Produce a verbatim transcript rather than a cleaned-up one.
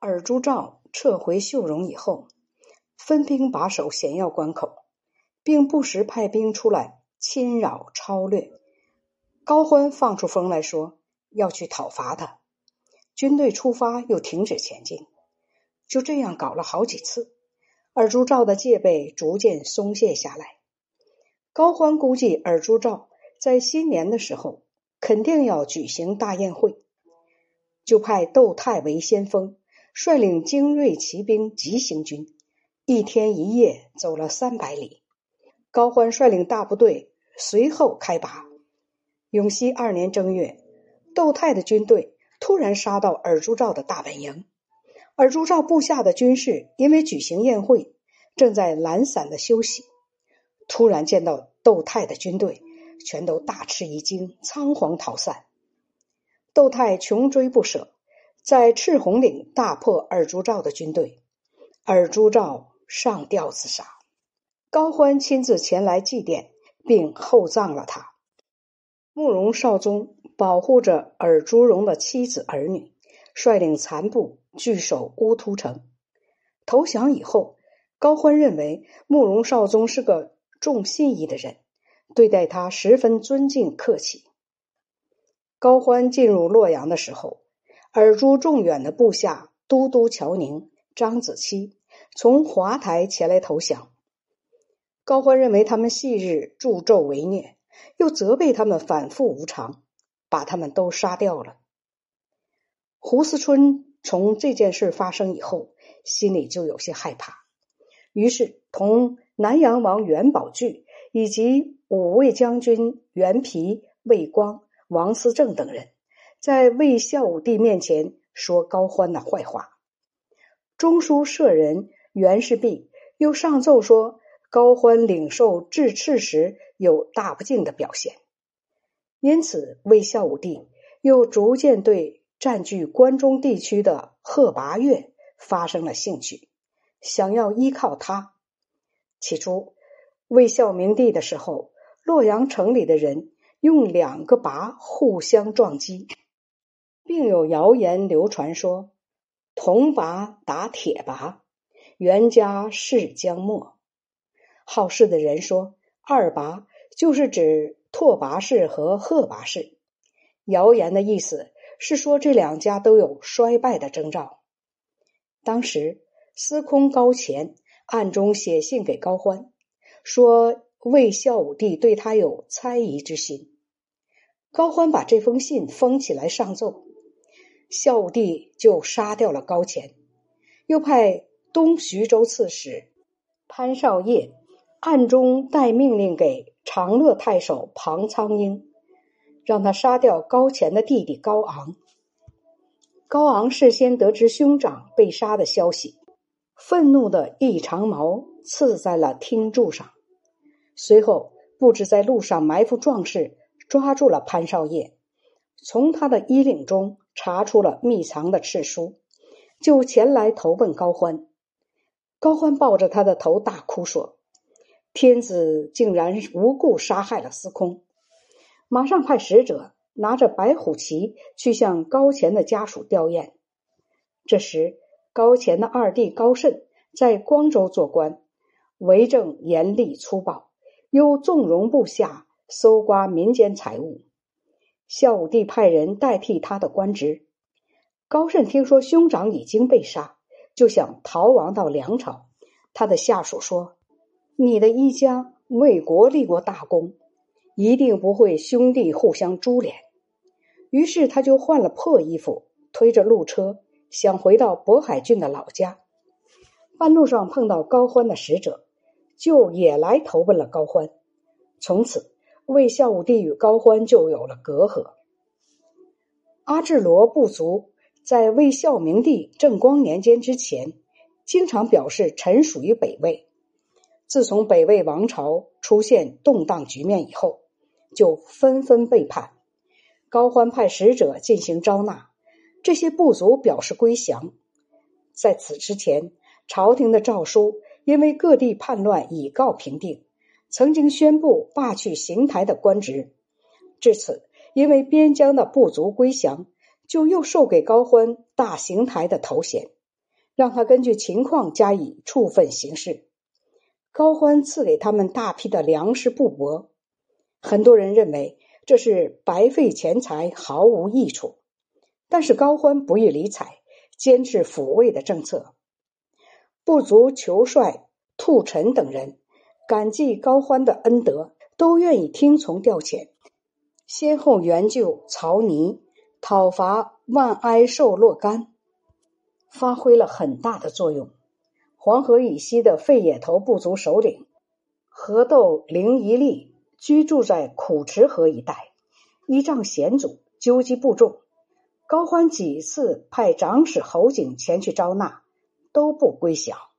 尔朱兆撤回秀容以后，分兵把守险要关口，并不时派兵出来侵扰抄掠。高欢放出风来说要去讨伐他，军队出发又停止前进，就这样搞了好几次，尔朱兆的戒备逐渐松懈下来。高欢估计尔朱兆在新年的时候肯定要举行大宴会，就派窦泰为先锋，率领精锐骑兵急行军，一天一夜走了三百里。高欢率领大部队随后开拔。永熙二年正月，窦泰的军队突然杀到尔朱兆的大本营。尔朱兆部下的军士因为举行宴会，正在懒散的休息，突然见到窦泰的军队，全都大吃一惊，仓皇逃散。窦泰穷追不舍，在赤红岭大破尔朱兆的军队，尔朱兆上吊自杀。高欢亲自前来祭奠，并厚葬了他。慕容绍宗保护着尔朱荣的妻子儿女，率领残部据守乌突城。投降以后，高欢认为慕容绍宗是个重信义的人，对待他十分尊敬客气。高欢进入洛阳的时候，尔朱众远的部下都督乔宁、张子期从华台前来投降。高欢认为他们昔日助纣为虐，又责备他们反复无常，把他们都杀掉了。胡思春从这件事发生以后，心里就有些害怕，于是同南阳王元宝炬以及五位将军袁皮、魏光、王思政等人，在魏孝武帝面前说高欢的坏话。中书舍人袁世弼又上奏说高欢领受制敕时有大不敬的表现，因此魏孝武帝又逐渐对占据关中地区的贺拔岳发生了兴趣，想要依靠他。起初魏孝明帝的时候，洛阳城里的人用两个拔互相撞击，并有谣言流传说铜拔打铁拔，袁家势将没。好事的人说二拔就是指拓跋氏和贺拔氏，谣言的意思是说这两家都有衰败的征兆。当时司空高乾暗中写信给高欢，说魏孝武帝对他有猜疑之心。高欢把这封信封起来上奏，孝武帝就杀掉了高乾，又派东徐州刺史潘绍业暗中带命令给长乐太守庞苍鹰，让他杀掉高乾的弟弟高昂。高昂事先得知兄长被杀的消息，愤怒的一长矛刺在了厅柱上，随后布置在路上埋伏壮士抓住了潘绍业，从他的衣领中查出了密藏的敕书，就前来投奔高欢。高欢抱着他的头大哭说，天子竟然无故杀害了司空，马上派使者拿着白虎旗去向高乾的家属吊唁。这时高乾的二弟高慎在光州做官，为政严厉粗暴，又纵容部下搜刮民间财物。孝武帝派人代替他的官职。高慎听说兄长已经被杀，就想逃亡到梁朝。他的下属说，你的一家为国立过大功，一定不会兄弟互相株连。于是他就换了破衣服，推着路车想回到渤海郡的老家。半路上碰到高欢的使者，就也来投奔了高欢。从此魏孝武帝与高欢就有了隔阂。阿智罗部族在魏孝明帝正光年间之前，经常表示臣属于北魏。自从北魏王朝出现动荡局面以后，就纷纷背叛。高欢派使者进行招纳，这些部族表示归降。在此之前，朝廷的诏书因为各地叛乱已告平定，曾经宣布罢去邢台的官职。至此，因为边疆的部族归降，就又授给高欢大邢台的头衔， 让他根据情况加以处分行事。高欢赐给他们大批的粮食布帛，很多人认为这是白费钱财，毫无益处。但是高欢不予理睬，坚持抚慰的政策。部族酋帅兔臣等人感激高欢的恩德，都愿意听从调遣，先后援救曹尼，讨伐万哀受若干，发挥了很大的作用。黄河以西的费野头部族首领河斗灵一力居住在苦池河一带，依仗险阻，纠集部众。高欢几次派长史侯景前去招纳，都不归降。